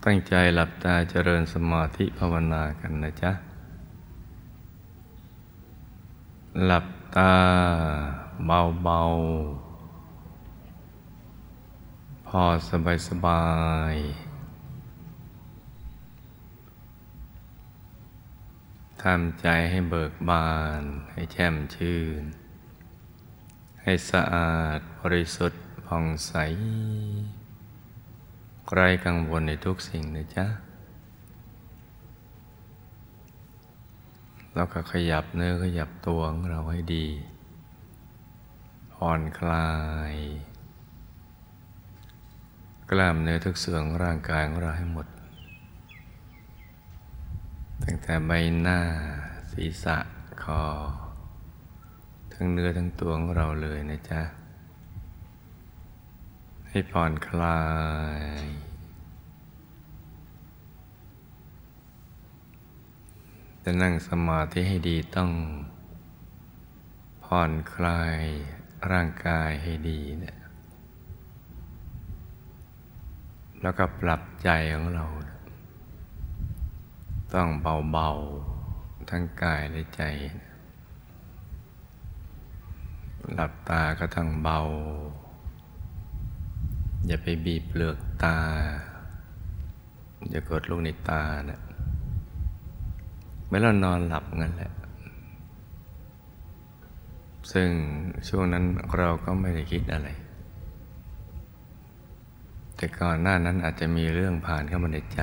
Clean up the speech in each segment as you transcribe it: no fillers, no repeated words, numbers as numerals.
ตั้งใจหลับตาเจริญสมาธิภาวนากันนะจ๊ะหลับตาเบาๆพอสบายทำใจให้เบิกบานให้แช่มชื่นให้สะอาดบริสุทธิ์ผ่องใสไร้กังวลในทุกสิ่งนะจ๊ะแล้วก็ขยับเนื้อขยับตัวของเราให้ดีผ่อนคลายกล้ามเนื้อทุกส่วนของร่างกายของเราให้หมดตั้งแต่ใบหน้าศีรษะคอทั้งเนื้อทั้งตัวของเราเลยนะจ๊ะให้ผ่อนคลายจะนั่งสมาธิให้ดีต้องผ่อนคลายร่างกายให้ดีเนี่ยแล้วก็ปรับใจของเราต้องเบาๆทั้งกายและใจหลับตาก็ต้องเบาอย่าไปบีบเปลือกตาอย่ากดลูกในตานะเมื่อเรานอนหลับงั้นแหละซึ่งช่วงนั้นเราก็ไม่ได้คิดอะไรแต่ก่อนหน้านั้นอาจจะมีเรื่องผ่านเข้ามาในใจ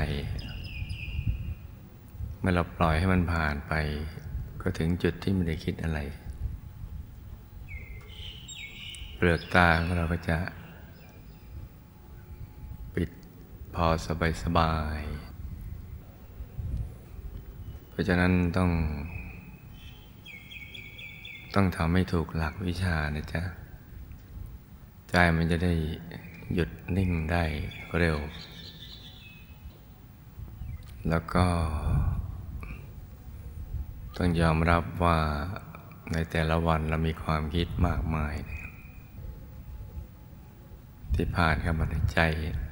เมื่อเราปล่อยให้มันผ่านไปก็ถึงจุดที่ไม่ได้คิดอะไรเปลือกตาของเราก็จะปิดพอสบายเพราะฉะนั้นต้องทำให้ถูกหลักวิชานะจ๊ะใจมันจะได้หยุดนิ่งได้เร็วแล้วก็ต้องยอมรับว่าในแต่ละวันเรามีความคิดมากมายที่ผ่านเข้ามาในใจ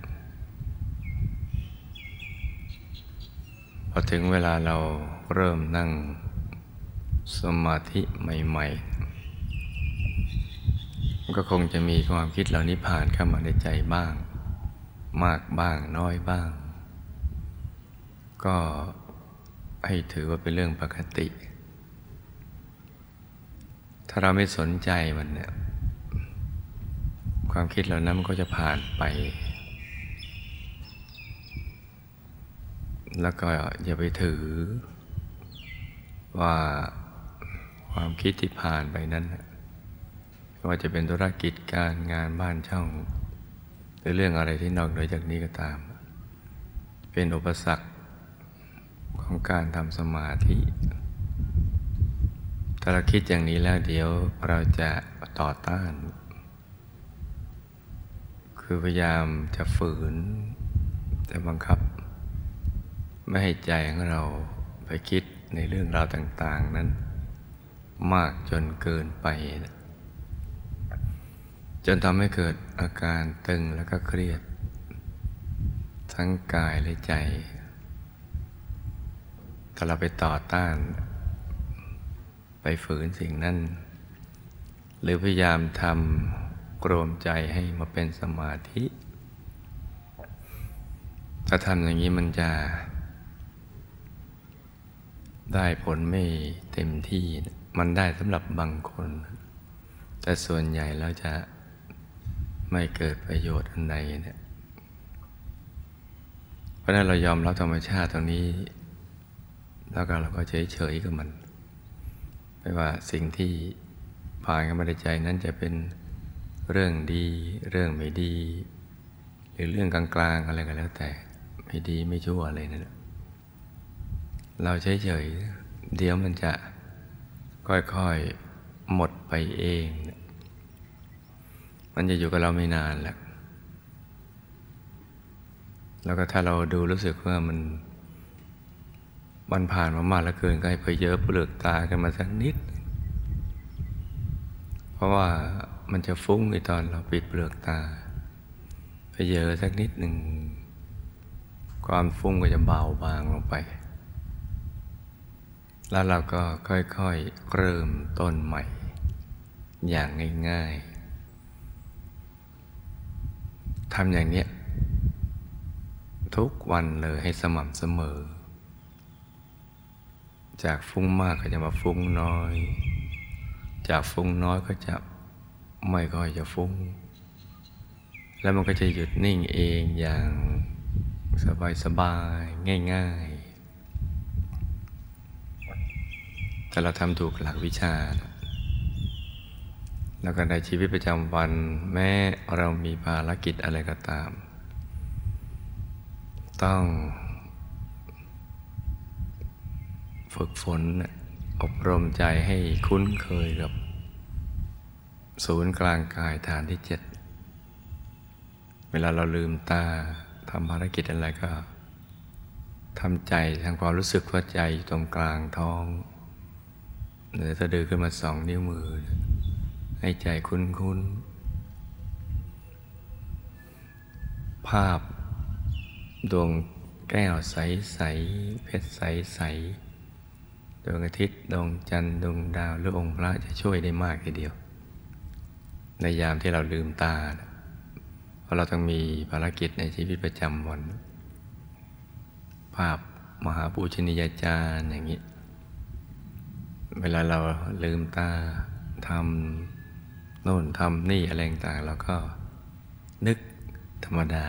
พอถึงเวลาเราเริ่มนั่งสมาธิใหม่ๆมันก็คงจะมีความคิดเหล่านี้ผ่านเข้ามาในใจบ้างมากบ้างน้อยบ้างก็ให้ถือว่าเป็นเรื่องปกติถ้าเราไม่สนใจมันเนี่ยความคิดเหล่านั้นมันก็จะผ่านไปแล้วก็อย่าไปถือว่าความคิดที่ผ่านไปนั้นไม่ว่าจะเป็นธุรกิจการงานบ้านช่องหรือเรื่องอะไรที่นอกเหนือจากนี้ก็ตามเป็นอุปสรรคของการทำสมาธิถ้าเราคิดอย่างนี้แล้วเดี๋ยวเราจะต่อต้านคือพยายามจะฝืนจะบังคับไม่ให้ใจของเราไปคิดในเรื่องราวต่างๆนั้นมากจนเกินไปจนทำให้เกิดอาการตึงแล้วก็เครียดทั้งกายและใจถ้าเราไปต่อต้านไปฝืนสิ่งนั้นหรือพยายามทำรวมใจให้มาเป็นสมาธิถ้าทำอย่างนี้มันจะได้ผลไม่เต็มที่มันได้สำหรับบางคนแต่ส่วนใหญ่แล้วจะไม่เกิดประโยชน์อันใดเนี่ยเพราะนั้นเรายอมรับธรรมชาติตรงนี้แล้วก็เราก็เฉยๆกับมันไม่ว่าสิ่งที่ผ่านเข้ามาในใจนั้นจะเป็นเรื่องดีเรื่องไม่ดีหรือเรื่องกลางๆอะไรก็แล้วแต่ไม่ดีไม่ชั่วอะไรนั่นเราเฉยๆเดี๋ยวมันจะค่อยๆหมดไปเองมันจะอยู่กับเราไม่นานแหละแล้วก็ถ้าเราดูรู้สึกว่ามันผ่านมามากแล้วเกินก็ให้เพยเยอะเปลือกตากันมาสักนิดเพราะว่ามันจะฟุ้งในตอนเราปิดเปลือกตาเพยเยอะสักนิดหนึ่งความฟุ้งก็จะเบาบางลงไปแล้วเราก็ค่อยๆเริ่มต้นใหม่อย่างง่ายๆทำอย่างนี้ทุกวันเลยให้สม่ำเสมอจากฟุ้งมากก็จะมาฟุ้งน้อยจากฟุ้งน้อยก็จะไม่ค่อยจะฟุ้งแล้วมันก็จะหยุดนิ่งเองอย่างสบายๆง่ายๆแต่เราทำถูกหลักวิชาแล้วก็ในชีวิตประจำวันแม้เรามีภารกิจอะไรก็ตามต้องฝึกฝนอบรมใจให้คุ้นเคยกับศูนย์กลางกายฐานที่ 7เวลาเราลืมตาทำภารกิจอะไรก็ทำใจทางความรู้สึกว่าใจอยู่ตรงกลางท้องเหนือสะดือขึ้นมา2 นิ้วมือให้ใจคุ้นๆภาพดวงแก้วใสๆเพชรใสๆดวงอาทิตย์ดวงจันทร์ดวงดาวหรือองค์พระจะช่วยได้มากทีเดียวในยามที่เราลืมตาเพราะเราต้องมีภารกิจในชีวิตประจำวันภาพมหาปูชนียาจารย์อย่างนี้เวลาเราลืมตาทำโน่นทำนี่อะไรต่างๆเราก็นึกธรรมดา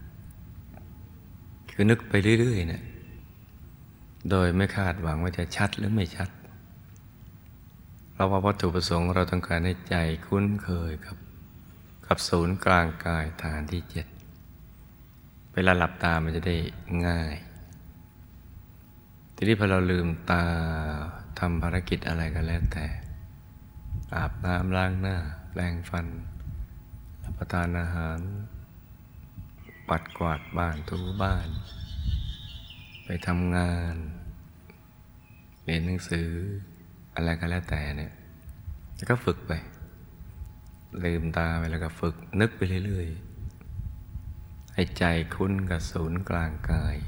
คือนึกไปเรื่อยๆนะโดยไม่คาดหวังว่าจะชัดหรือไม่ชัดเพราะว่าวัตถุประสงค์เราต้องการให้ใจคุ้นเคยกับศูนย์กลางกายฐานที่ 7เวลาหลับตามันจะได้ง่ายทีนี้พอเราลืมตาทำภารกิจอะไรก็แล้วแต่อาบน้ำล้างหน้าแปรงฟันรับประทานอาหารปัดกวาดบ้านถูบ้านไปทำงานเรียนหนังสืออะไรก็แล้วแต่เนี่ยแล้วก็ฝึกไปลืมตาไปแล้วก็ฝึกนึกไปเรื่อยๆให้ใจคุ้นกับศูนย์กลางกาย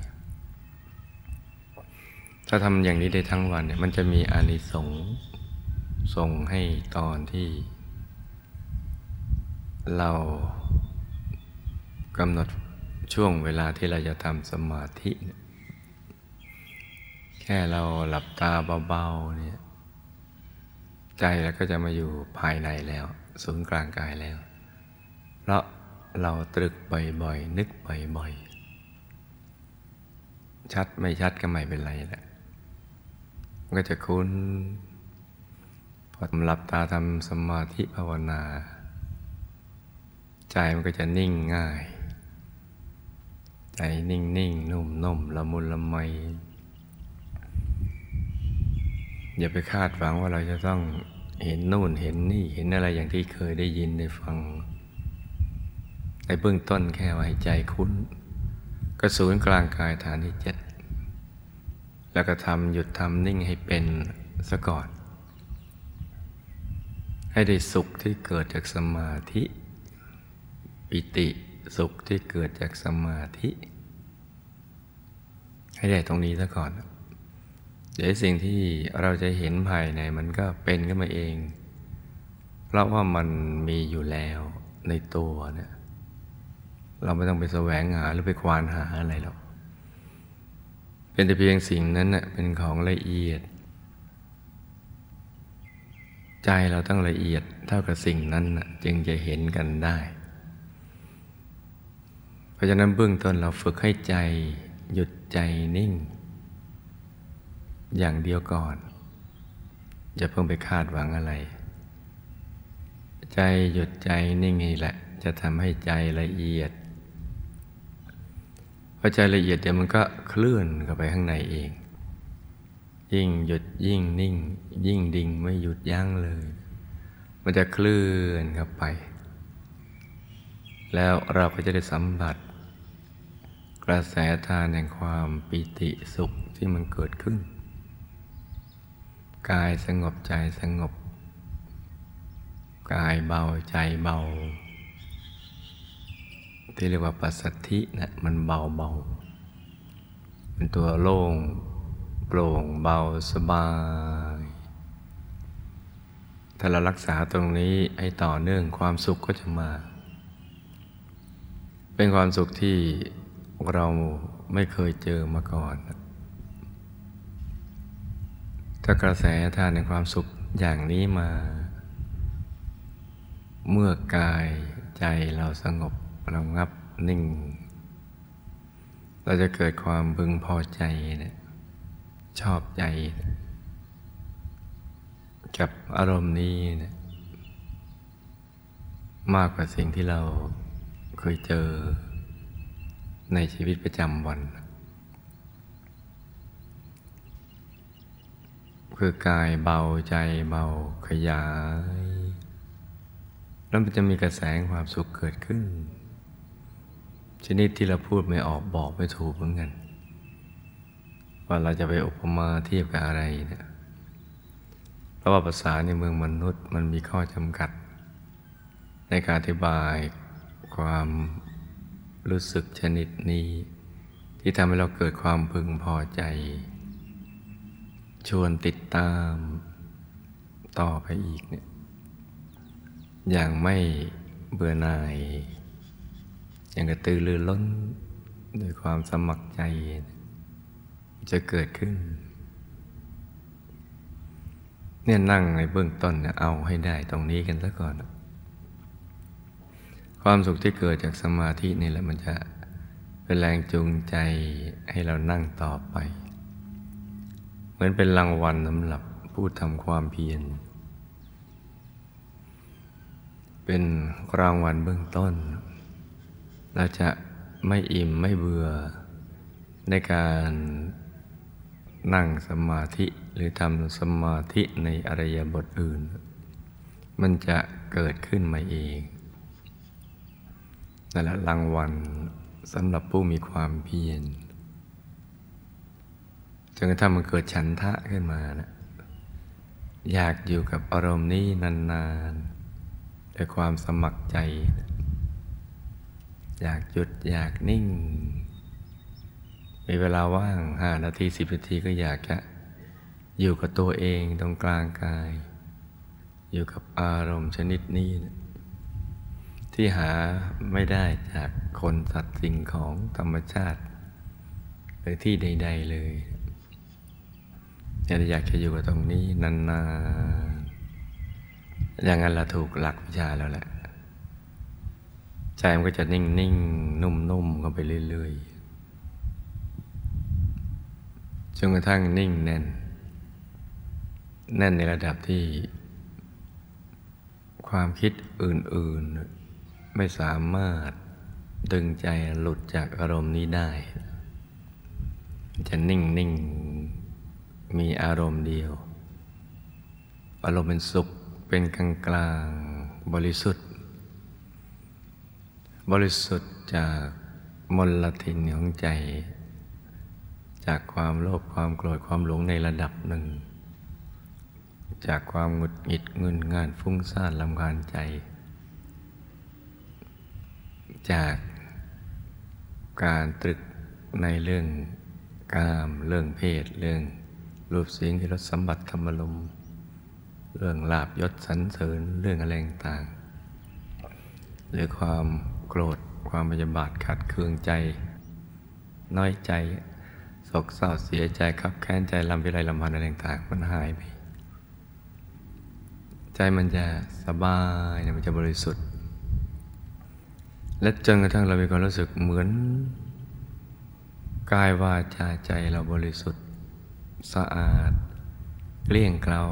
ถ้าทำอย่างนี้ได้ทั้งวันเนี่ยมันจะมีอานิสงส์ส่งให้ตอนที่เรากำหนดช่วงเวลาที่เราจะทำสมาธิแค่เราหลับตาเบาๆเนี่ยใจเราก็จะมาอยู่ภายในแล้วศูนย์กลางกายแล้วเพราะเราตรึกบ่อยๆนึกบ่อยๆชัดไม่ชัดก็ไม่เป็นไรแหละมันก็จะคุ้นพอหลับตาทำสมาธิภาวนาใจมันก็จะนิ่งง่ายใจนิ่งๆนุ่มๆละมุนละไมอย่าไปคาดหวังว่าเราจะต้องเห็นนู่นเห็นนี่เห็นอะไรอย่างที่เคยได้ยินได้ฟังในเบื้องต้นแค่ว่าให้ใจคุ้นกระศูนย์กลางกายฐานที่ 7แล้วก็หยุดทำนิ่งให้เป็นซะก่อนให้ได้สุขที่เกิดจากสมาธิปิติสุขที่เกิดจากสมาธิให้ได้ตรงนี้ซะก่อนเดี๋ยวสิ่งที่เราจะเห็นภายในมันก็เป็นขึ้นมาเองเพราะว่ามันมีอยู่แล้วในตัวเนี่ยเราไม่ต้องไปแสวงหาหรือไปควานหาอะไรหรอกเป็นแต่เพียงสิ่งนั้นน่ะเป็นของละเอียดใจเราต้องละเอียดเท่ากับสิ่งนั้นน่ะจึงจะเห็นกันได้เพราะฉะนั้นเบื้องต้นเราฝึกให้ใจหยุดใจนิ่งอย่างเดียวก่อนอย่าเพิ่งไปคาดหวังอะไรใจหยุดใจนิ่งนี่แหละจะทำให้ใจละเอียดพอใจละเอียดเดี๋ยวมันก็เคลื่อนเข้าไปข้างในเองยิ่งหยุดยิ่งนิ่งยิ่งดิ่งไม่หยุดยั้งเลยมันจะเคลื่อนเข้าไปแล้วเราก็จะได้สัมผัสกระแสทานแห่งความปิติสุขที่มันเกิดขึ้นกายสงบใจสงบกายเบาใจเบาที่เรียกว่าปัสสัทธินะมันเบาเป็นตัวโล่งโปร่งเบาสบายถ้าเรารักษาตรงนี้ให้ต่อเนื่องความสุขก็จะมาเป็นความสุขที่เราไม่เคยเจอมาก่อนถ้ากระแสทานในความสุขอย่างนี้มาเมื่อกายใจเราสงบระงับนิ่งเราจะเกิดความพึงพอใจนะชอบใจกับอารมณ์นี้นะมากกว่าสิ่งที่เราเคยเจอในชีวิตประจำวันคือกายเบาใจเบาขยายแล้วมันจะมีกระแสความสุขเกิดขึ้นชนิดที่เราพูดไม่ออกบอกไม่ถูกเหมือนกันว่าเราจะไปอุปมาเทียบกับอะไรเนี่ยเพราะว่าภาษาในเมืองมนุษย์มันมีข้อจำกัดในการอธิบายความรู้สึกชนิดนี้ที่ทำให้เราเกิดความพึงพอใจชวนติดตามต่อไปอีกเนี่ยอย่างไม่เบื่อหน่ายอย่างกระตือรือร้นด้วยความสมัครใจจะเกิดขึ้นเนี่ยนั่งในเบื้องต้นเนี่ยเอาให้ได้ตรงนี้กันซะก่อนความสุขที่เกิดจากสมาธินี่แหละมันจะเป็นแรงจูงใจให้เรานั่งต่อไปเหมือนเป็นรางวัลสำหรับผู้ทำความเพียรเป็นรางวัลเบื้องต้นเราจะไม่อิ่มไม่เบื่อในการนั่งสมาธิหรือทำสมาธิในอริยบทอื่นมันจะเกิดขึ้นมาเองนั่นแหละรางวัลสำหรับผู้มีความเพียรจนกระทั่งมันเกิดฉันทะขึ้นมานะอยากอยู่กับอารมณ์นี้นานๆด้วยความสมัครใจอยากหยุดอยากนิ่งมีเวลาว่าง5 นาที10 นาทีก็อยากจะอยู่กับตัวเองตรงกลางกายอยู่กับอารมณ์ชนิดนี้นะที่หาไม่ได้จากคนสัตว์สิ่งของธรรมชาติหรือที่ใดๆเลยอยากจะอยู่กับตรงนี้นานๆอย่างนั้นเราถูกหลักวิชาแล้วแหละใจมันก็จะนิ่งๆนุ่มๆกันไปเรื่อยๆจนกระทั่งนิ่งแน่นในระดับที่ความคิดอื่นๆไม่สามารถดึงใจหลุดจากอารมณ์นี้ได้จะนิ่งมีอารมณ์เดียวอารมณ์เป็นสุขเป็นกลางบริสุทธิ์จากมลทินของใจจากความโลภความโกรธความหลงในระดับหนึ่งจากความหงุดหงิดงุนง่านฟุ้งซ่านรำคาญใจจากการตรึกในเรื่องกามเรื่องเพศเรื่องรูปเสียงรสสัมผัสธรรมารมณ์เรื่องลาภยศสรรเสริญเรื่องอะไรต่างหรือความโกรธความพยาบาทขัดเคืองใจน้อยใจโศกเศร้าเสียใจคับแค้นใจลำพิไรลำพันธ์อะไรต่างๆมันหายไปใจมันจะสบายมันจะบริสุทธิ์และจนกระทั่งเรามีความรู้สึกเหมือนกายวาจาใจเราบริสุทธิ์สะอาดเกลี้ยงเกลา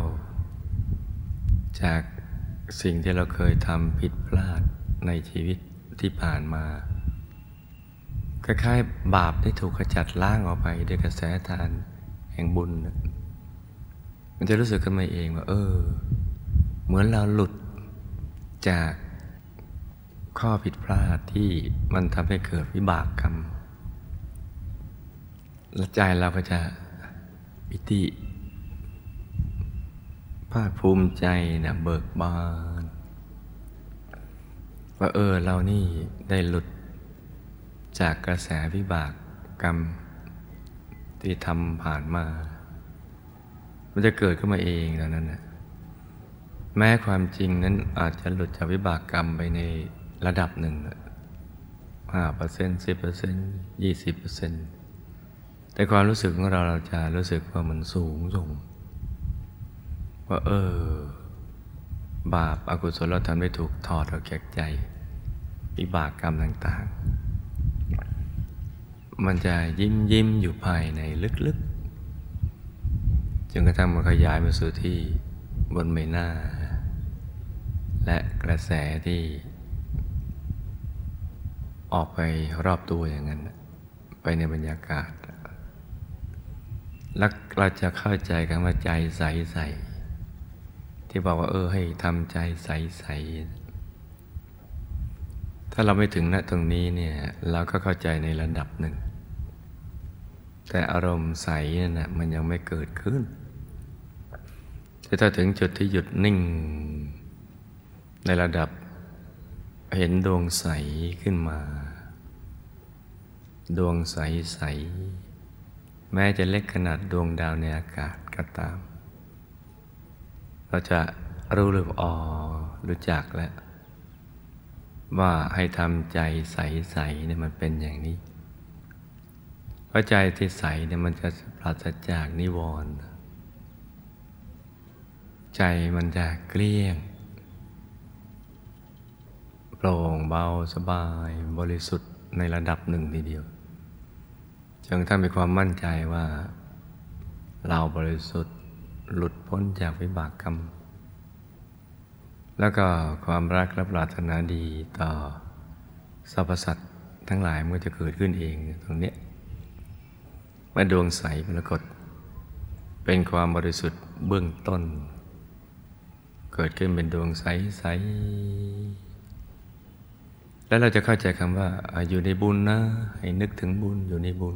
จากสิ่งที่เราเคยทำผิดพลาดในชีวิตที่ผ่านมาคล้ายๆบาปที่ถูกขจัดล้างออกไปด้วยกระแสทานแห่งบุญมันจะรู้สึกขึ้นมาเองว่าเหมือนเราหลุดจากข้อผิดพลาดที่มันทำให้เกิดวิบากกรรมและใจเราก็จะปิติภาคภูมิใจนะเบิกบานว่าเรานี่ได้หลุดจากกระแสวิบากกรรมที่ทำผ่านมามันจะเกิดขึ้นมาเองแล้วนั้นนะแม้ความจริงนั้นอาจจะหลุดจากวิบากกรรมไปในระดับหนึ่ง5% 10% 20%แต่ความรู้สึกของเราจะรู้สึกว่ามันสูงส่งว่าบาปอกุศลเราทำได้ถูกถอดออกจากใจวิบากกรรมต่างๆมันจะยิ้มอยู่ภายในลึกๆจนกระทั่งมันขยายมาสู่ที่บนใบหน้าและกระแสที่ออกไปรอบตัวอย่างนั้นไปในบรรยากาศแล้วเราจะเข้าใจกันว่าใจใสๆที่บอกว่าให้ทำใจใสๆถ้าเราไม่ถึงณตรงนี้เนี่ยเราก็เข้าใจในระดับหนึ่งแต่อารมณ์ใสนั่นนะมันยังไม่เกิดขึ้นแต่ถ้าถึงจุดที่หยุดนิ่งในระดับเห็นดวงใสขึ้นมาดวงใสๆแม้จะเล็กขนาดดวงดาวในอากาศก็ตามเราจะรู้จักแล้วว่าให้ทำใจใสๆเนี่ยมันเป็นอย่างนี้เพราะใจที่ใสเนี่ยมันจะปราศจากนิวรณ์ใจมันจะเกลี้ยงโปร่งเบาสบายบริสุทธิ์ในระดับหนึ่งทีเดียวจนถ้ามีความมั่นใจว่าเราบริสุทธิ์หลุดพ้นจากวิบากกรรมแล้วก็ความรักและปรารถนาดีต่อสรรพสัตว์ทั้งหลายมันก็จะเกิดขึ้นเองตรงนี้เมื่อดวงใสปรากฏเป็นความบริสุทธิ์เบื้องต้นเกิดขึ้นเป็นดวงใสๆแล้วเราจะเข้าใจคำว่าอยู่ในบุญนะให้นึกถึงบุญอยู่ในบุญ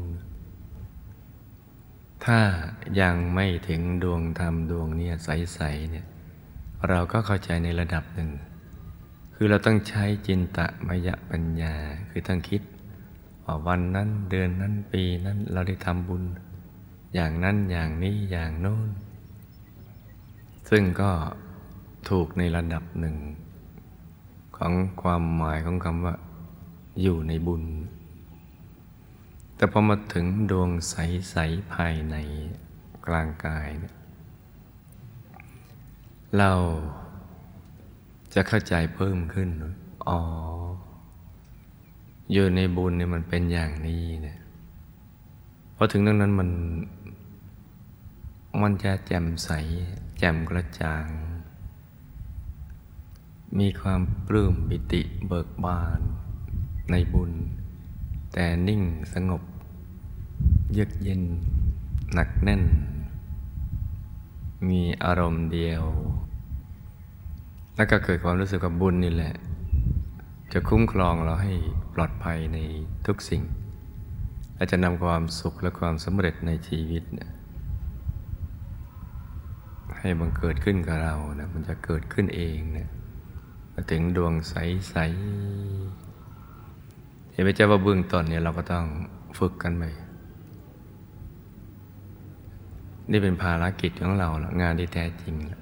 ถ้ายังไม่ถึงดวงธรรมดวงนี้ใสๆเนี่ยเราก็เข้าใจในระดับหนึ่งคือเราต้องใช้จินตมยปัญญาคือต้องคิดว่าวันนั้นเดือนนั้นปีนั้นเราได้ทำบุญอย่างนั้นอย่างนี้อย่างโน้นซึ่งก็ถูกในระดับหนึ่งของความหมายของคำว่าอยู่ในบุญแต่พอมาถึงดวงใสๆภายในกลางกายเนี่ยเราจะเข้าใจเพิ่มขึ้นอยู่ในบุญเนี่ยมันเป็นอย่างนี้เนี่ยพอถึงตรงนั้นมันจะแจ่มใสแจ่มกระจ่างมีความปลื้มปิติเบิกบานในบุญแต่นิ่งสงบเยือกเย็นหนักแน่นมีอารมณ์เดียวแล้วก็เกิดความรู้สึกว่าบุญนี่แหละจะคุ้มครองเราให้ปลอดภัยในทุกสิ่งและจะนำความสุขและความสำเร็จในชีวิตให้บังเกิดขึ้นกับเรานะมันจะเกิดขึ้นเองนะถึงดวงใสๆเห็นไหมเจ้าว่าเบื้องต้นเนี่ยเราก็ต้องฝึกกันไปนี่เป็นภารกิจของเราแล้วงานที่แท้จริงแล้ว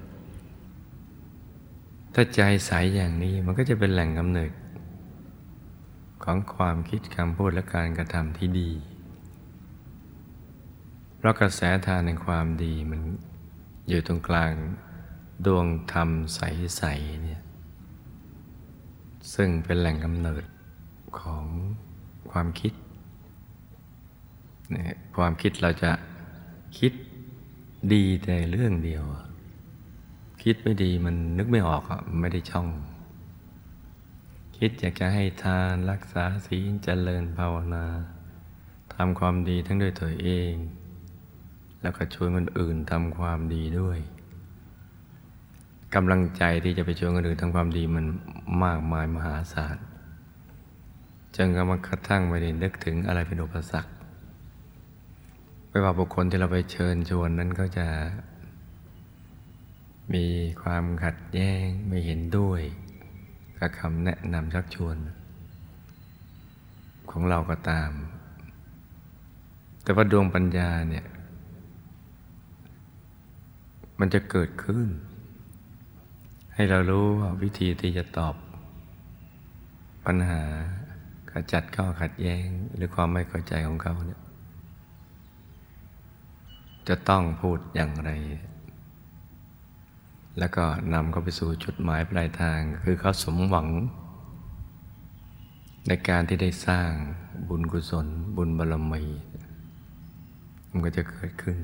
ถ้าใจใสอย่างนี้มันก็จะเป็นแหล่งกำเนิดของความคิดคำพูดและการกระทำที่ดีเพราะกระแสทานในความดีมันอยู่ตรงกลางดวงธรรมใสๆเนี่ยซึ่งเป็นแหล่งกำเนิดของความคิดเนี่ยความคิดเราจะคิดดีแต่เรื่องเดียวคิดไม่ดีมันนึกไม่ออกไม่ได้ช่องคิดอยากจะให้ทานรักษาศีลเจริญภาวนาทำความดีทั้งด้วยตัวเองแล้วก็ช่วยคนอื่นทำความดีด้วยกำลังใจที่จะไปช่วยคนอื่นทำความดีมันมากมายมหาศาลจนกระทั่งไม่ได้นึกถึงอะไรเป็นอุปสรรคไม่ว่าบุคคลที่เราไปเชิญชวนนั้นก็จะมีความขัดแย้งไม่เห็นด้วยกับคำแนะนำชักชวนของเราก็ตามแต่ว่าดวงปัญญาเนี่ยมันจะเกิดขึ้นให้เรารู้ว่าวิธีที่จะตอบปัญหาขจัดข้อขัดแย้งหรือความไม่เข้าใจของเขาเนี่ยจะต้องพูดอย่างไรแล้วก็นำเขาไปสู่จุดหมายปลายทางคือเขาสมหวังในการที่ได้สร้างบุญกุศลบุญบารมีมันก็จะเกิดขึ้น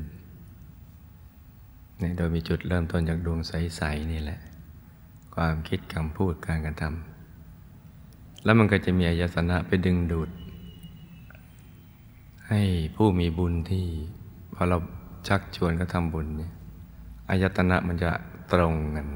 โดยมีจุดเริ่มต้นจากดวงใสๆนี่แหละความคิดคำพูดการกระทำแล้วมันก็จะมีอายตนะไปดึงดูดให้ผู้มีบุญที่พอเราชักชวนเขาทำบุญเนี่ยอายตนะมันจะตรงกัน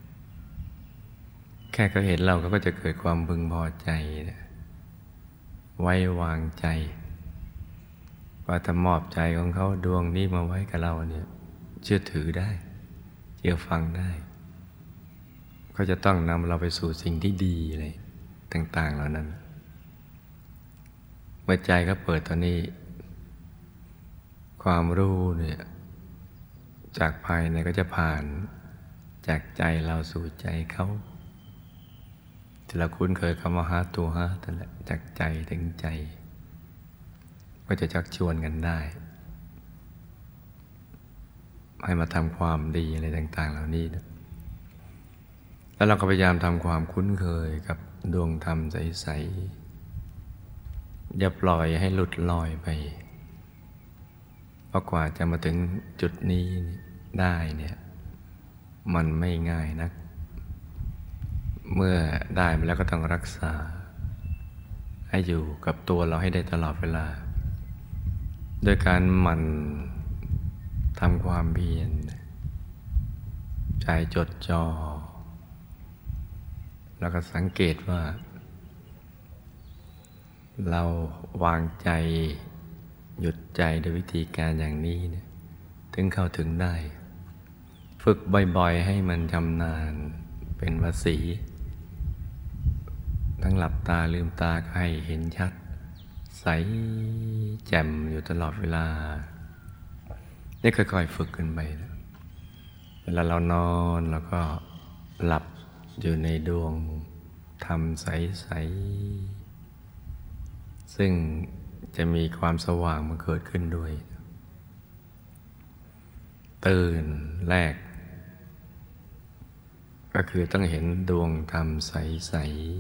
แค่เขาเห็นเราเขาก็จะเกิดความพึงพอใจไว้วางใจว่าถ้ามอบใจของเขาดวงนี้มาไว้กับเราเนี่ยเชื่อถือได้เชื่อฟังได้เขาจะต้องนำเราไปสู่สิ่งที่ดีอะไรต่างๆเหล่านั้นเมื่อใจเขาเปิดตอนนี้ความรู้เนี่ยจากภายในก็จะผ่านจากใจเราสู่ใจเขาที่เราคุ้นเคยคำว่าฮาตูฮานั่นแหละจากใจถึงใจก็จะชักชวนกันได้ให้มาทำความดีอะไรต่างๆเหล่านี้นะแล้วเราก็พยายามทำความคุ้นเคยกับดวงธรรมใสๆอย่าปล่อยให้หลุดลอยไปเพราะกว่าจะมาถึงจุดนี้ได้เนี่ยมันไม่ง่ายนักเมื่อได้มาแล้วก็ต้องรักษาให้อยู่กับตัวเราให้ได้ตลอดเวลาโดยการหมั่นทำความเพียรใจจดจ่อแล้วก็สังเกตว่าเราวางใจหยุดใจโดยวิธีการอย่างนี้เนี่ยถึงเข้าถึงได้ฝึกบ่อยๆให้มันชำนาญเป็นวสีทั้งหลับตาลืมตาก็ให้เห็นชัดใสแจ่มอยู่ตลอดเวลานี่ค่อยๆฝึกขึ้นไปเวลาเรานอนแล้วก็หลับอยู่ในดวงธรรมใสๆซึ่งจะมีความสว่างมันเกิดขึ้นด้วยตื่นแรกก็คือต้องเห็นดวงธรรมใส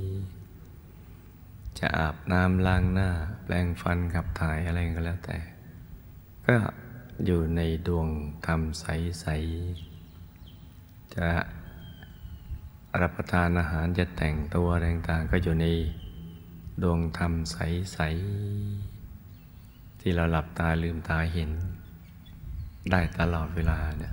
ๆจะอาบน้ำล้างหน้าแปรงฟันขับถ่ายอะไรก็แล้วแต่ก็อยู่ในดวงธรรมใสๆจะรับประทานอาหารจะแต่งตัวอะไรต่างๆก็อยู่ในดวงธรรมใสๆที่เราหลับตาลืมตาเห็นได้ตลอดเวลาเนี่ย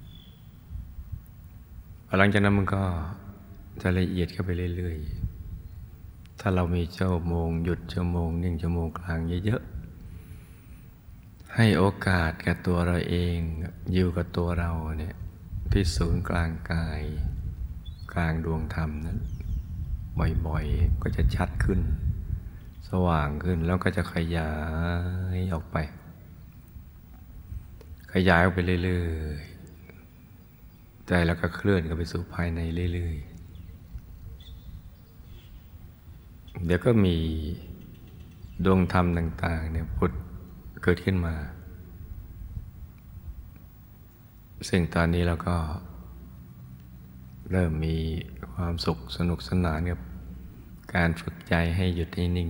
หลังจากนั้นมันก็จะละเอียดเข้าไปเรื่อยๆถ้าเรามีชั่วโมงหยุดชั่วโมงนิ่งชั่วโมงกลางเยอะๆให้โอกาสกับตัวเราเองอยู่กับตัวเราเนี่ยที่ศูนย์กลางกายกลางดวงธรรมนั้นบ่อยๆก็จะชัดขึ้นสว่างขึ้นแล้วก็จะขยายออกไปขยายออกไปเรื่อยๆใจเราก็เคลื่อนเข้าไปสู่ภายในเรื่อยๆเดี๋ยวก็มีดวงธรรมต่างๆเนี่ยผุดเกิดขึ้นมาซึ่งตอนนี้เราก็เริ่มมีความสุขสนุกสนานกับการฝึกใจให้หยุดให้นิ่ง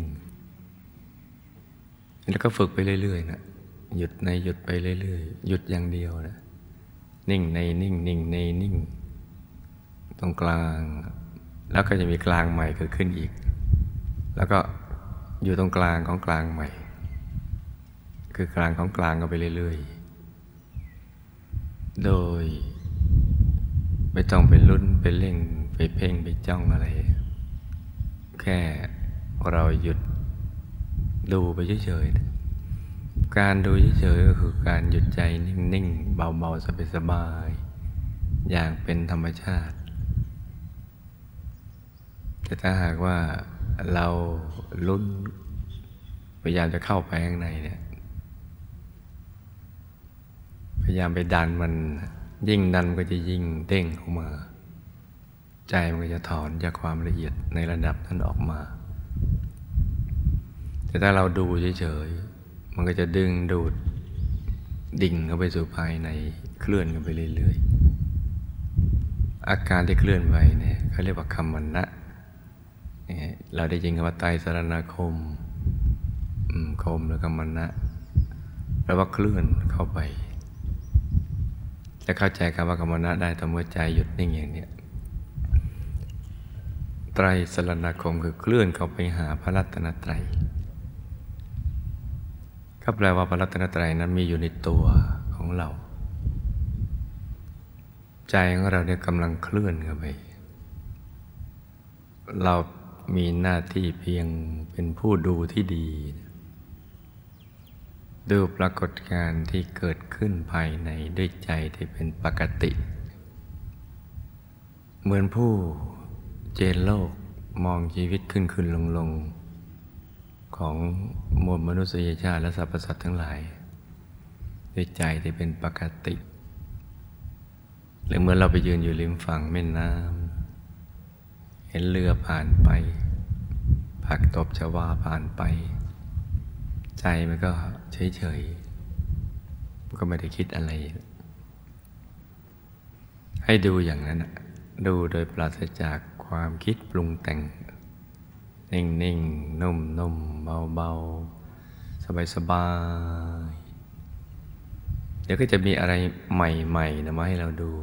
แล้วก็ฝึกไปเรื่อยๆนะหยุดในหยุดไปเรื่อยๆหยุดอย่างเดียวนะนิ่งในนิ่งนิ่งในนิ่งตรงกลางแล้วก็จะมีกลางใหม่เกิดขึ้นอีกแล้วก็อยู่ตรงกลางของกลางใหม่คือกลางของกลางก็ไปเรื่อยๆโดยไม่ต้องไปลุ้นไปเล่งไปเพ่งไปจ้องอะไรแค่เราหยุดดูไปเฉยๆการดูเฉยๆก็คือการหยุดใจนิ่งๆเบาๆสบายๆอย่างเป็นธรรมชาติแต่ถ้าหากว่าเราลุ้นพยายามจะเข้าไปข้างในเนี่ยยายามไปดันมันยิ่งดันมันก็จะยิ่งเด้งออกมาใจมันก็จะถอนจากความละเอียดในระดับนั้นออกมาแต่ถ้าเราดูเฉยๆมันก็จะดึงดูดดิ่งเข้าไปสู่ภายในเคลื่อนกันไปเรื่อยๆอาการที่เคลื่อนไปเนี่ยเขาเรียกว่าคัมมนะเราได้ยินคำว่าไตรสรณคมคมแล้วคัมมนะแปลว่าเคลื่อนเข้าไปจะเข้าใจคำว่าคัมมนะได้ต่อเมื่อใจหยุดนิ่งอย่างนี้ไตรสรณคมคือเคลื่อนเข้าไปหาพระรัตนตรัยก็แปลว่าพระรัตนตรัยนั้นมีอยู่ในตัวของเราใจของเราเนี่ยกำลังเคลื่อนเข้าไปเรามีหน้าที่เพียงเป็นผู้ดูที่ดีดูปรากฏการณ์ที่เกิดขึ้นภายในด้วยใจที่เป็นปกติเหมือนผู้เจนโลกมองชีวิตขึ้นลงของมวลมนุษยชาติและสรรพสัตว์ทั้งหลายด้วยใจที่เป็นปกติหรือเมื่อเราไปยืนอยู่ริมฝั่งแม่น้ำเห็นเรือผ่านไปผักตบชวาผ่านไปใจมันก็เฉยๆมันก็ไม่ได้คิดอะไรให้ดูอย่างนั้นดูโดยปราศจากความคิดปรุงแต่งนิ่งๆนุ่มๆเบาๆสบายๆเดี๋ยวก็จะมีอะไรใหม่ๆนะมาให้เราดู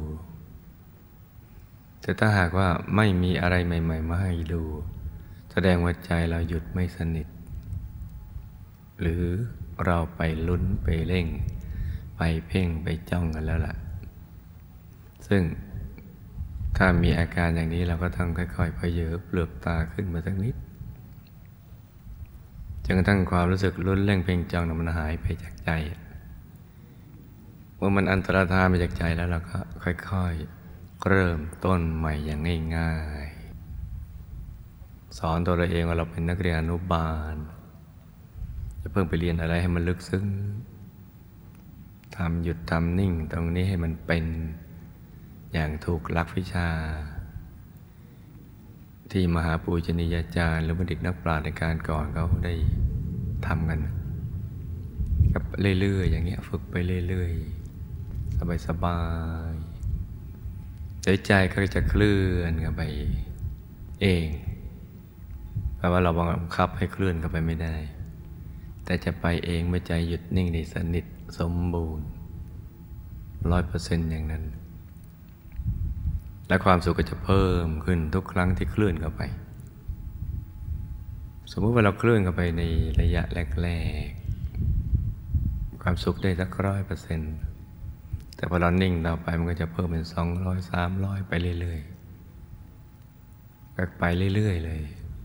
แต่ถ้าหากว่าไม่มีอะไรใหม่ๆมาให้ดูแสดงว่าใจเราหยุดไม่สนิทหรือเราไปลุ้นไปเร่งไปเพ่งไปจ้องกันแล้วล่ะซึ่งถ้ามีอาการอย่างนี้เราก็ต้องค่อยๆพเยอเปลือกตาขึ้นมาสักนิดจนกระทั่งความรู้สึกลุ้นเร่งเพ่งจ้องนั้นมันหายไปจากใจเมื่อมันอันตรธานไปจากใจแล้วเราก็ค่อยๆเริ่มต้นใหม่อย่างง่ายๆสอนตัวเราเองว่าเราเป็นนักเรียนอนุบาลจะเพิ่งไปเรียนอะไรให้มันลึกซึ้งทำหยุดทำนิ่งตรงนี้ให้มันเป็นอย่างถูกหลักวิชาที่มหาปูชนียาจารย์หรือบัณฑิตนักปราชญ์ในการก่อนเขาได้ทำกันกับเรื่อยๆอย่างเงี้ยฝึกไปเรื่อยๆสบายๆใจก็จะเคลื่อนกันไปเองแปลว่าเราบังคับให้เคลื่อนกันไปไม่ได้แต่จะไปเองเมื่อใจหยุดนิ่งได้สนิทสมบูรณ์ 100% อย่างนั้นและความสุขก็จะเพิ่มขึ้นทุกครั้งที่เคลื่อนเข้าไปสมมติว่าเราเคลื่อนเข้าไปในระยะแรกๆความสุขได้สัก100%แต่พอเรานิ่งต่อไปมันก็จะเพิ่มเป็น200 300ไปเรื่อยๆก็ไปเรื่อยๆเลย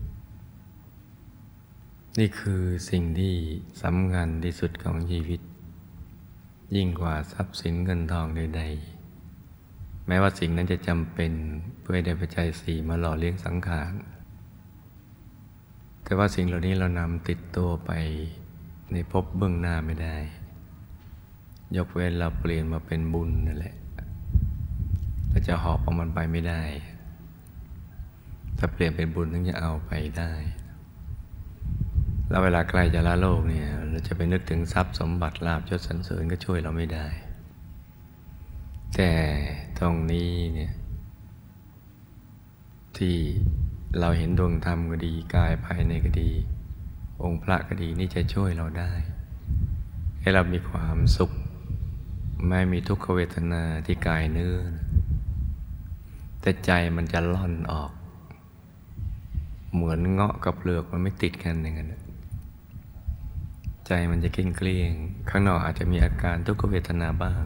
นี่คือสิ่งที่สำคัญที่สุดของชีวิตยิ่งกว่าทรัพย์สินเงินทองใดๆแม้ว่าสิ่งนั้นจะจำเป็นเพื่อให้ได้ปัจจัยสี่มาหล่อเลี้ยงสังขารแต่ว่าสิ่งเหล่านี้เรานำติดตัวไปในภพเบื้องหน้าไม่ได้ยกเว้นเราเปลี่ยนมาเป็นบุญนั่นแหละเราจะหอบเอามันไปไม่ได้ถ้าเปลี่ยนเป็นบุญถึงจะเอาไปได้แล้วเวลาใกล้จะละโลกเนี่ยเราจะไปนึกถึงทรัพย์สมบัติลาภยศสรรเสริญก็ช่วยเราไม่ได้แต่ตรงนี้เนี่ยที่เราเห็นดวงธรรมก็ดีกายภายในก็ดีองค์พระก็ดีนี่จะช่วยเราได้ให้เรามีความสุขไม่มีทุกขเวทนาที่กายเนื้อแต่ใจมันจะล่อนออกเหมือนเงาะกับเปลือกมันไม่ติดกันอย่างนั้นใจมันจะเกลี้ยงข้างนอกอาจจะมีอาการทุกขเวทนาบ้าง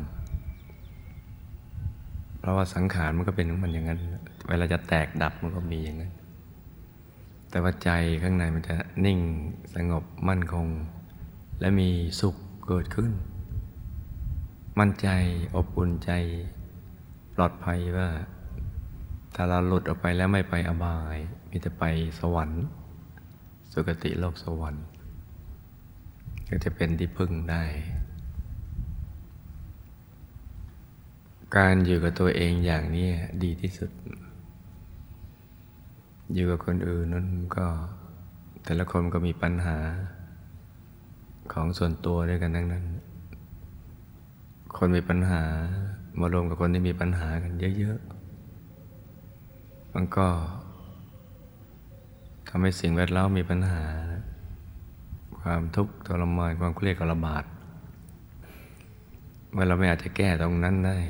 เพราะว่าสังขารมันก็เป็นของมันอย่างนั้นเวลาจะแตกดับมันก็มีอย่างนั้นแต่ว่าใจข้างในมันจะนิ่งสงบมั่นคงและมีสุขเกิดขึ้นมั่นใจอบอุ่นใจปลอดภัยว่าถ้าเราหลุดออกไปแล้วไม่ไปอบายมีแต่ไปสวรรค์สุคติโลกสวรรค์ก็จะเป็นที่พึ่งได้การอยู่กับตัวเองอย่างนี้ดีที่สุดอยู่กับคนอื่นนั้นก็แต่ละคนก็มีปัญหาของส่วนตัวด้วยกันทั้งนั้นคนมีปัญหามารวมกับคนที่มีปัญหากันเยอะๆมันก็ทำให้สิ่งแวดล้อมมีปัญหาความทุกข์ทรมานความเครียดก็ระบาดเมื่อเราไม่อาจจะแก้ตรงนั้นได้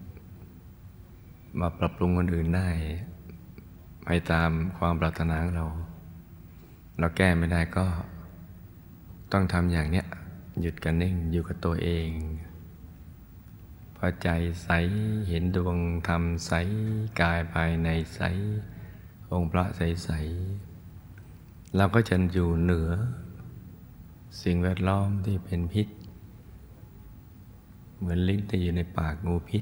มาปรับปรุงคนอื่นได้ไปตามความปรารถนาของเราแก้ไม่ได้ก็ต้องทำอย่างเนี้ยหยุดกันนิ่งอยู่กับตัวเองพอใจใสเห็นดวงธรรมใสกายภายในใสองค์พระใสๆเราก็จะอยู่เหนือสิ่งแวดล้อมที่เป็นพิษเหมือนลิ้นที่อยู่ในปากงูพิษ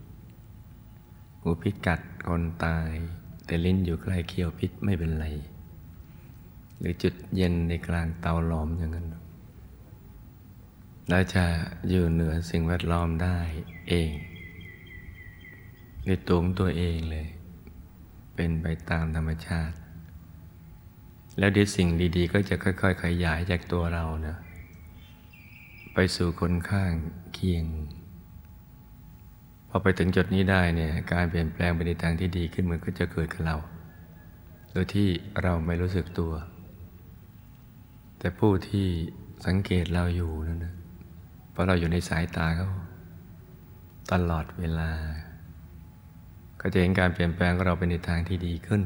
กัดคนตายแต่ลิ้นอยู่ใกล้เคี้ยวพิษไม่เป็นไรหรือจุดเย็นในกลางเตาหลอมอย่างนั้นเราจะอยู่เหนือสิ่งแวดล้อมได้เองในตัวของตัวเองเลยเป็นไปตามธรรมชาติแล้วเดี๋ยวสิ่งดีๆก็จะค่อยๆขยายจากตัวเรานะไปสู่คนข้างเคียงพอไปถึงจุดนี้ได้เนี่ยการเปลี่ยนแปลงไปในทางที่ดีขึ้นมันก็จะเกิดกับเราโดยที่เราไม่รู้สึกตัวแต่ผู้ที่สังเกตเราอยู่นั่นนะเพราะเราอยู่ในสายตาเขาตลอดเวลาก็จะเห็นการเปลี่ยนแปลงของเราไปในทางที่ดีขึ้น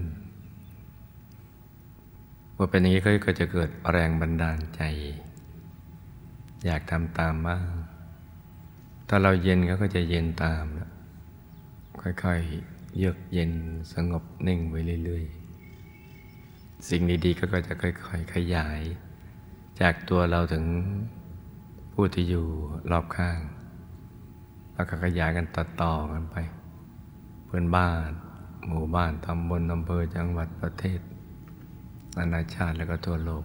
เมื่อเป็นอย่างนี้ก็จะเกิดแรงบันดาลใจอยากทำตามบ้างถ้าเราเย็นเขาก็จะเย็นตามนะค่อยๆเยือกเย็นสงบนิ่งไปเรื่อยๆสิ่งดีๆก็จะค่อยๆขยายจากตัวเราถึงผู้ที่อยู่รอบข้างแล้วก็ขยายกันต่อกันไปเพื่อนบ้านหมู่บ้านตำบลอำเภอจังหวัดประเทศนานาชาติแล้วก็ทั่วโลก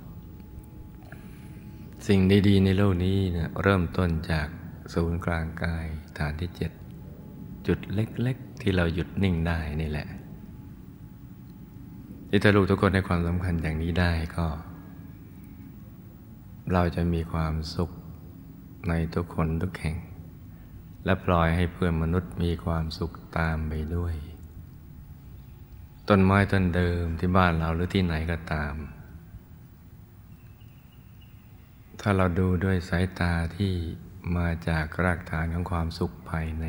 สิ่งดีๆในโลกนี้เนี่ยเริ่มต้นจากศูนย์กลางกายฐานที่ 7จุดเล็กๆที่เราหยุดนิ่งได้นี่แหละที่ถ้าลูกทุกคนให้ความสำคัญอย่างนี้ได้ก็เราจะมีความสุขในทุกคนทุกแห่งและปล่อยให้เพื่อนมนุษย์มีความสุขตามไปด้วยต้นไม้ต้นเดิมที่บ้านเราหรือที่ไหนก็ตามถ้าเราดูด้วยสายตาที่มาจากรากฐานของความสุขภายใน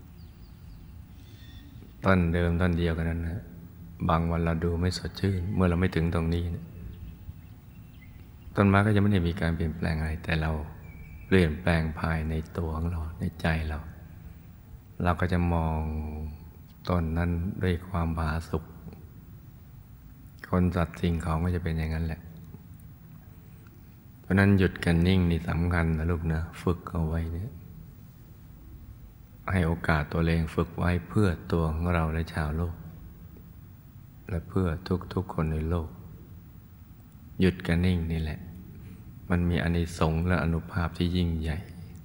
ต้นเดิมต้นเดียวกันนั้นนะบางวันเราดูไม่สดชื่นเมื่อเราไม่ถึงตรงนี้นะต้นไม้ก็จะไม่ได้มีการเปลี่ยนแปลงอะไรแต่เราเปลี่ยนแปลงภายในตัวของเราในใจเราก็จะมองต้นนั้นด้วยความผาสุกคนสัตว์สิ่งของก็จะเป็นอย่างนั้นแหละเพราะนั้นหยุดกันนิ่งนี่สำคัญนะลูกนะฝึกเอาไว้เนี่ยให้โอกาสตัวเองฝึกไว้เพื่อตัวของเราและชาวโลกและเพื่อทุกๆคนในโลกหยุดกันนิ่งนี่แหละมันมีอานิสงส์และอานุภาพที่ยิ่งใหญ่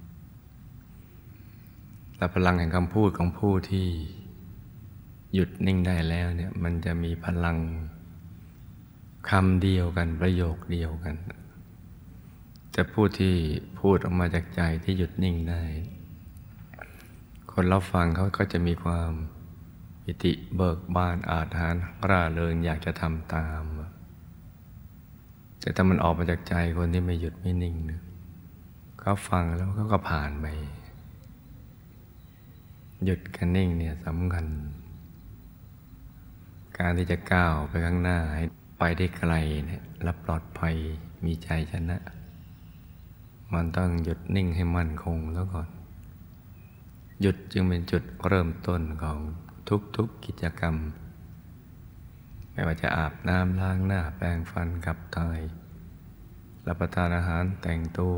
และพลังแห่งคำพูดของผู้ที่หยุดนิ่งได้แล้วเนี่ยมันจะมีพลังคำเดียวกันประโยคเดียวกันแต่ผู้ที่พูดออกมาจากใจที่หยุดนิ่งได้คนรับฟังเขาก็จะมีความปิติเบิกบานอาถรรพ์ร่าเริงอยากจะทำตามแต่ถ้ามันออกมาจากใจคนที่ไม่หยุดไม่นิ่งเนี่ยเขาฟังแล้วเขาก็ผ่านไปหยุดกันนิ่งเนี่ยสำคัญการที่จะก้าวไปข้างหน้าให้ไปได้ไกลเนี่ยและปลอดภัยมีใจชนะมันต้องหยุดนิ่งให้มั่นคงแล้วก่อนหยุดจึงเป็นจุดเริ่มต้นของทุกกิจกรรมไม่ว่าจะอาบน้ำล้างหน้าแปรงฟันขับถ่ายรับประทานอาหารแต่งตัว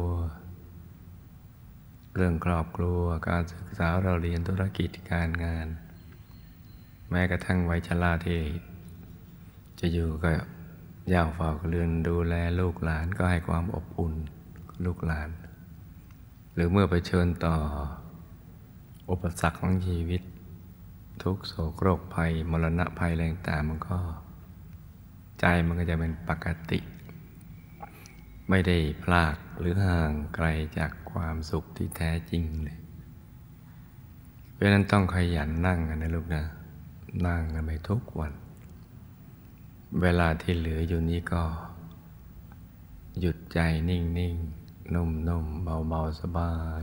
เรื่องครอบครัวการศึกษาเราเรียนธุรกิจการงานแม้กระทั่งวัยชราที่จะอยู่กับย่าเฝ้าเรือนดูแลลูกหลานก็ให้ความอบอุ่นลูกหลานหรือเมื่อไปเชิญต่ออุปสรรคของชีวิตทุกข์โศกโรคภัยมรณะภัยแรงต่างมันก็ใจมันก็จะเป็นปกติ ไม่ได้พลากหรือห่างไกลจากความสุขที่แท้จริงเลยเพราะนั้นต้องขยันนั่งกันนะลูกนะนั่งกันไปทุกวันเวลาที่เหลืออยู่นี้ก็หยุดใจนิ่งๆนุ่มๆเบาๆสบาย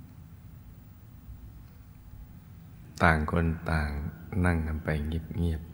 ต่างคนต่างนั่งกันไปเงียบ